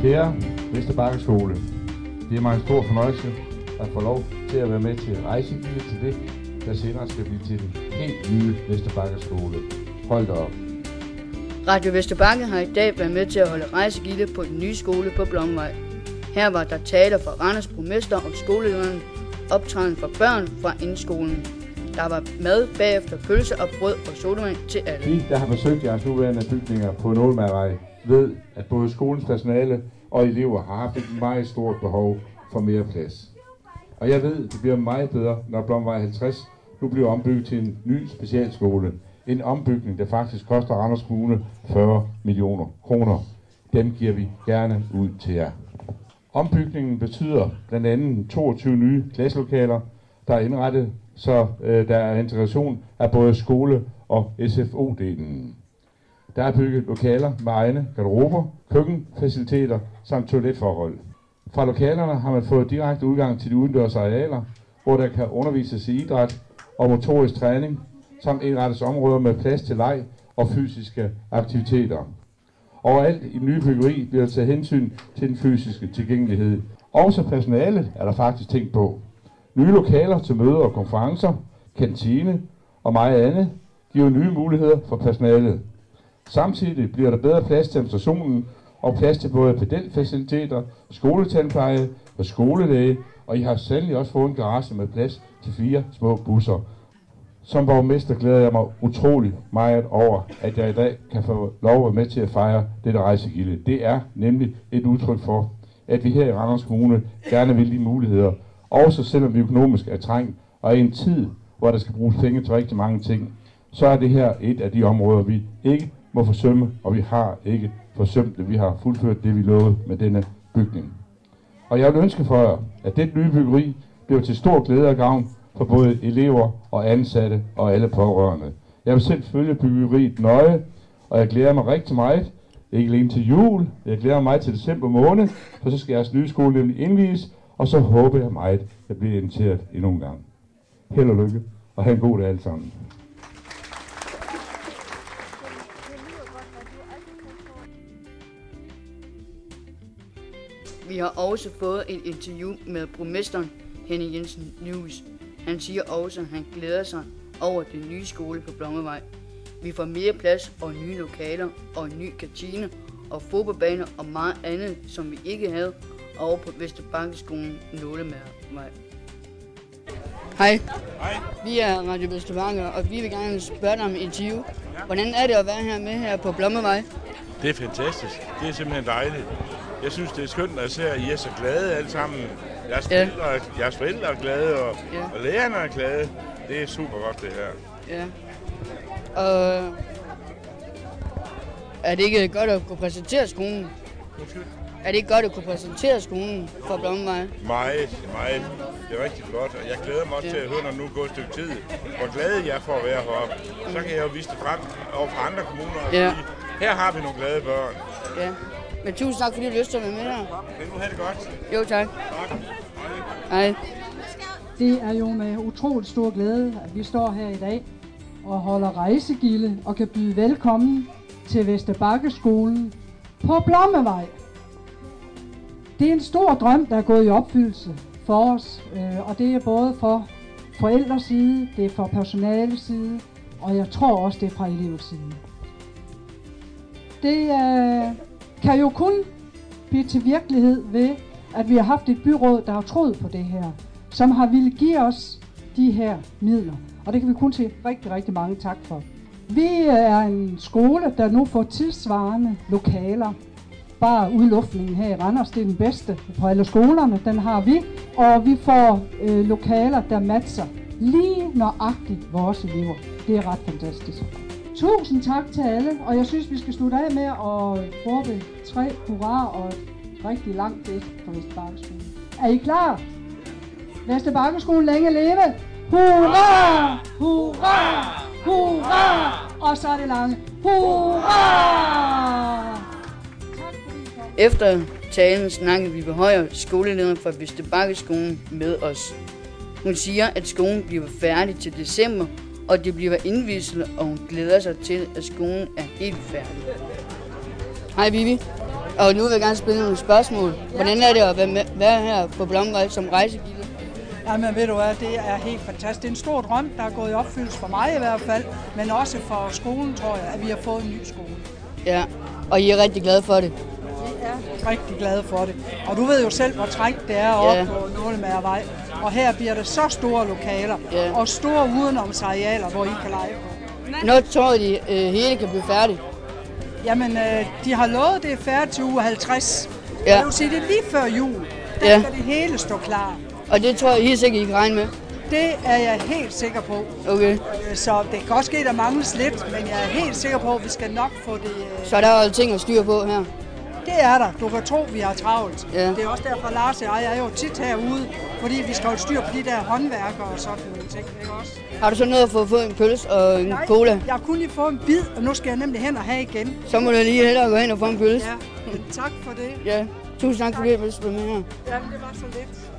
Kære Vesterbakke Skole, det er mig en stor fornøjelse at få lov til at være med til rejsegilde til det, der senere skal blive til den helt nye Vesterbakke Skole. Hold da op. Radio Vesterbakke har i dag været med til at holde rejsegilde på den nye skole på Blommevej. Her var der taler fra Randers borgmester og skolelederen, optræden for børn fra indskolen. Der var mad bagefter, pølse og brød og sodavand til alle. Vi, der har besøgt jeres nuværende bygninger på Nålemadvej, ved, at både skolens personale og elever har haft et meget stort behov for mere plads. Og jeg ved, det bliver meget bedre, når Blommevej 50 nu bliver ombygget til en ny specialskole. En ombygning, der faktisk koster Randers Kommune 40 millioner kroner. Dem giver vi gerne ud til jer. Ombygningen betyder blandt andet 22 nye klasselokaler, der er indrettet, så der er integration af både skole- og SFO-delen. Der er bygget lokaler med egne garderober, køkkenfaciliteter samt toiletforhold. Fra lokalerne har man fået direkte udgang til de udendørs arealer, hvor der kan undervises i idræt og motorisk træning, samt indrettes områder med plads til leg og fysiske aktiviteter. Overalt i den nye byggeri bliver der taget hensyn til den fysiske tilgængelighed. Også personalet er der faktisk tænkt på. Nye lokaler til møder og konferencer, kantine og meget andet giver nye muligheder for personalet. Samtidig bliver der bedre plads til administrationen og plads til både pedelfaciliteter, skoletandpleje og skolelæge, og I har sandelig også fået en garage med plads til 4 små busser. Som borgmester glæder jeg mig utrolig meget over, at jeg i dag kan få lov at være med til at fejre dette rejsegilde. Det er nemlig et udtryk for, at vi her i Randers Kommune gerne vil de muligheder, også selvom vi økonomisk er trængt, og i en tid, hvor der skal bruges penge til rigtig mange ting, så er det her et af de områder, vi ikke må forsømme, og vi har ikke forsømt det. Vi har fuldført det, vi lovede med denne bygning. Og jeg vil ønske for jer, at dette nye byggeri bliver til stor glæde og gavn for både elever og ansatte og alle pårørende. Jeg vil selv følge byggeriet nøje, og jeg glæder mig rigtig meget, ikke alene til jul, jeg glæder mig meget til december måned, for så skal jeres nye skole nemlig indvies, og så håber jeg meget, at jeg bliver inviteret endnu en gang. Held og lykke, og have en god dag alle sammen. Vi har også fået et interview med borgmesteren Henning Jensen Nyhus. Han siger også, at han glæder sig over den nye skole på Blommevej. Vi får mere plads og nye lokaler og en ny kantine og fodboldbaner og meget andet, som vi ikke havde over på Vesterbankeskolen Nålemadvej. Hej. Hej. Vi er Radio Vesterbanke, og vi vil gerne spørge dig om et interview. Hvordan er det at være her med her på Blommevej? Det er fantastisk. Det er simpelthen dejligt. Jeg synes, det er skønt at se, at I er så glade alle sammen. Jeres forældre er glade, og lærerne er glade. Det er super godt, det her. Ja. Og er det ikke godt at kunne præsentere skolen? Er det ikke godt at kunne præsentere skolen for Blommevej? Meget. Det er rigtig flot, og jeg glæder mig også til at høre, når nu går et stykke tid, hvor glade jeg er for at være heroppe. Så kan jeg jo vise det frem over for andre kommuner og sige, her har vi nogle glade børn. Ja. Men tusind tak, fordi du har lyst til at være med her. Vil du have det godt? Jo, tak. Tak. Hej. Det er jo med utroligt stor glæde, at vi står her i dag og holder rejsegilde og kan byde velkommen til Vesterbankeskolen på Blommevej. Det er en stor drøm, der er gået i opfyldelse for os, og det er både for forældres side, det er for personalets side, og jeg tror også, det er fra elevers side. Det kan jo kun blive til virkelighed ved, at vi har haft et byråd, der har troet på det her, som har ville give os de her midler. Og det kan vi kun sige rigtig, rigtig mange tak for. Vi er en skole, der nu får tilsvarende lokaler. Bare udluftningen her i Randers, det er den bedste på alle skolerne, den har vi. Og vi får lokaler, der matcher lige nøjagtigt vores elever. Det er ret fantastisk. Tusind tak til alle, og jeg synes, vi skal slutte af med at råbe 3 hurra og et rigtig langt det for Vesterbankeskolen. Er I klar? Vesterbankeskolen længe leve! Hurra! Hurra! Hurra! Og så er det lange. Hurra! Efter talen snakkede vi med Højer, skoleleder fra Vesterbankeskolen, med os. Hun siger, at skolen bliver færdig til december, og det bliver indvielse, og hun glæder sig til, at skolen er helt færdig. Hej Vivi. Og nu vil jeg gerne spille nogle spørgsmål. Hvordan er det at være her på Blommevej som rejsegilde? Jamen ved du hvad, det er helt fantastisk. Det er en stor drøm, der er gået i opfyldelse for mig i hvert fald, men også for skolen, tror jeg, at vi har fået en ny skole. Ja, og I er rigtig glade for det? Vi er rigtig glade for det. Og du ved jo selv, hvor trængt det er oppe på Nålemagervej. Og her bliver det så store lokaler og store udenomsarealer, hvor I kan lege på. Når tror de hele kan blive færdigt? Jamen, de har lovet, det er færdigt til uge 50. Ja. Det vil sige, det er lige før jul. Der skal det hele stå klar. Og det tror jeg helt sikkert, I kan regne med? Det er jeg helt sikker på. Okay. Så det kan også ske, der mangles lidt, men jeg er helt sikker på, at vi skal nok få det... Så der er jo ting at styre på her? Det er der. Du kan tro, vi har travlt. Ja. Det er også derfor, Lars og jeg er jo tit herude, fordi vi skal holde styr på de der håndværkere og sådan nogle ting. Ikke også? Har du så noget at få en pølse og en cola? Nej, jeg har kun lige fået en bid, og nu skal jeg nemlig hen og have igen. Så må du lige hellere gå hen og få en pølse. Ja, tak for det. Ja, tusind tak for det, at du ville med her. Jamen, det var så lidt.